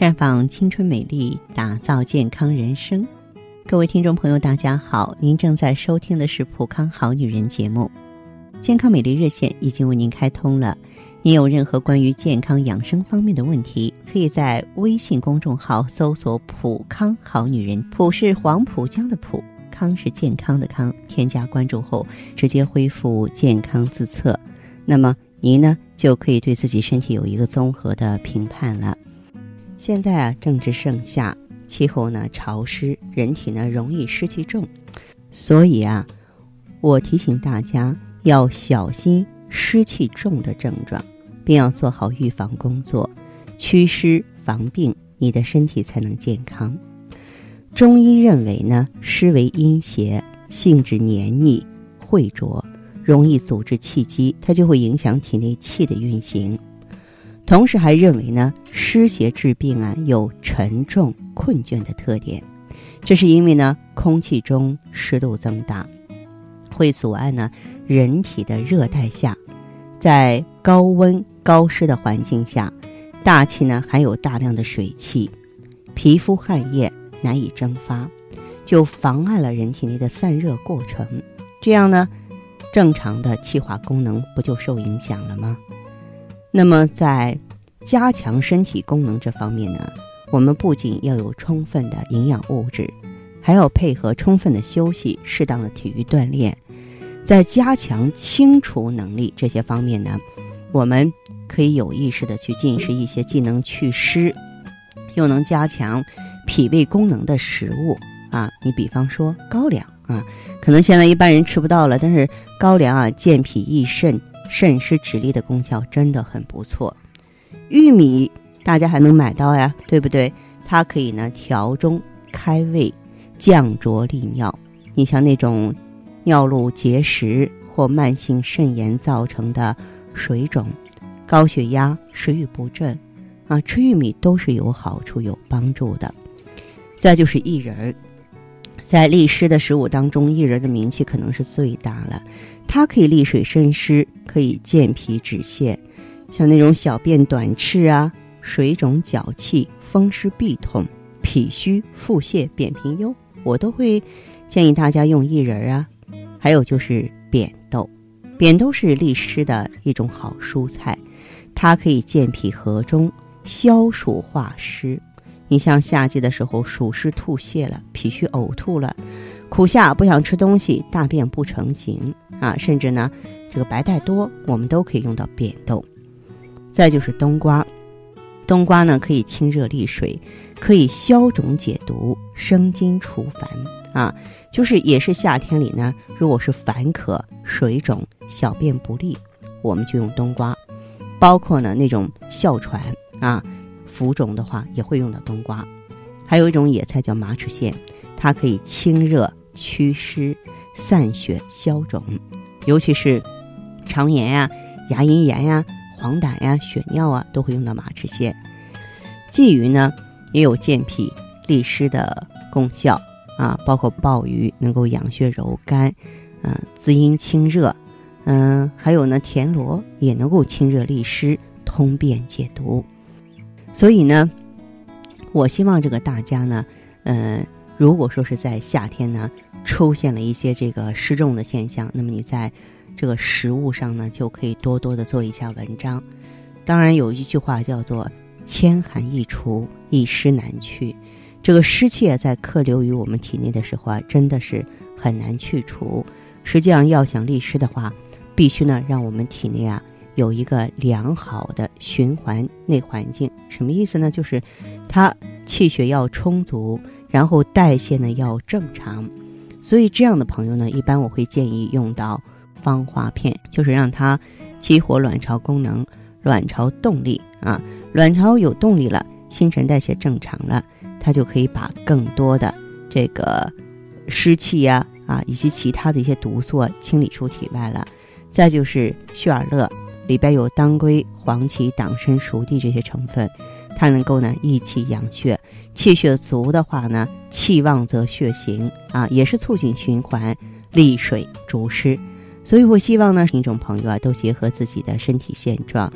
绽放青春美丽，打造健康人生。各位听众朋友大家好，您正在收听的是普康好女人节目。健康美丽热线已经为您开通了，您有任何关于健康养生方面的问题，可以在微信公众号搜索普康好女人，普是黄浦江的浦，康是健康的康，添加关注后直接恢复健康自测，那么您呢就可以对自己身体有一个综合的评判了。现在正值盛夏，气候呢潮湿，人体呢容易湿气重，所以我提醒大家要小心湿气重的症状，并要做好预防工作，祛湿防病，你的身体才能健康。中医认为呢，湿为阴邪，性质黏腻秽浊，容易阻滞气机，它就会影响体内气的运行。同时还认为呢，湿邪治病有沉重困倦的特点，这是因为呢，空气中湿度增大，会阻碍呢人体的热代谢。在高温高湿的环境下，大气呢含有大量的水汽，皮肤汗液难以蒸发，就妨碍了人体内的散热过程，这样呢正常的气化功能不就受影响了吗？那么在加强身体功能这方面呢，我们不仅要有充分的营养物质，还要配合充分的休息，适当的体育锻炼。在加强清除能力这些方面呢，我们可以有意识的去进食一些既能祛湿又能加强脾胃功能的食物你比方说高粱可能现在一般人吃不到了，但是高粱健脾益肾，渗湿止痢的功效真的很不错。玉米大家还能买到呀，对不对？它可以呢调中开胃，降浊利尿。你像那种尿路结石或慢性肾炎造成的水肿、高血压、食欲不振吃玉米都是有好处有帮助的。再就是薏仁，在利湿的食物当中，薏仁的名气可能是最大了，它可以利水渗湿，可以健脾止泻。像那种小便短赤水肿脚气、风湿痹痛、脾虚腹泻、便频忧，我都会建议大家用薏仁还有就是扁豆，扁豆是利湿的一种好蔬菜，它可以健脾和中，消暑化湿。你像夏季的时候暑湿吐泻了，脾虚呕吐了，苦夏不想吃东西，大便不成形甚至呢这个白带多，我们都可以用到扁豆。再就是冬瓜，冬瓜呢可以清热利水，可以消肿解毒，生津除烦就是也是夏天里呢，如果是烦渴、水肿、小便不利，我们就用冬瓜。包括呢那种哮喘浮肿的话，也会用到冬瓜。还有一种野菜叫马齿苋，它可以清热祛湿、散血消肿，尤其是肠炎牙龈炎黄疸血尿都会用到马齿苋。鲫鱼呢也有健脾利湿的功效包括鲍鱼能够养血柔肝滋阴清热还有呢田螺也能够清热利湿，通便解毒。所以呢我希望这个大家呢如果说是在夏天呢出现了一些这个湿重的现象，那么你在这个食物上呢就可以多多的做一下文章。当然有一句话叫做千寒易除，一湿难去。这个湿气在客流于我们体内的时候真的是很难去除。实际上要想利湿的话，必须呢让我们体内有一个良好的循环内环境。什么意思呢？就是它气血要充足，然后代谢呢要正常。所以这样的朋友呢，一般我会建议用到芳华片，就是让它激活卵巢功能、卵巢动力卵巢有动力了，新陈代谢正常了，它就可以把更多的这个湿气以及其他的一些毒素清理出体外了。再就是血尔乐，里边有当归、黄芪、党参、熟地这些成分，它能够呢益气养血，气血足的话呢，气旺则血行也是促进循环、利水除湿。所以我希望呢听众朋友都结合自己的身体现状，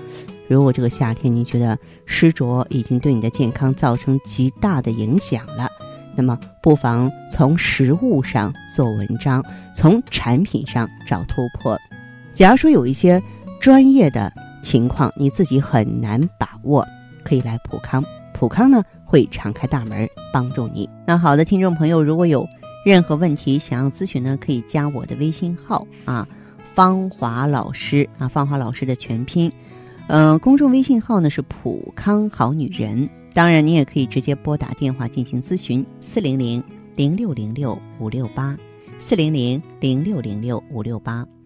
如果这个夏天您觉得湿浊已经对你的健康造成极大的影响了，那么不妨从食物上做文章，从产品上找突破。假如说有一些专业的情况你自己很难把握，可以来普康，普康呢会敞开大门帮助你。那好的，听众朋友，如果有任何问题想要咨询呢，可以加我的微信号芳华老师芳华老师的全拼，公众微信号呢是普康好女人。当然你也可以直接拨打电话进行咨询，400-0606-568，400-0606-568。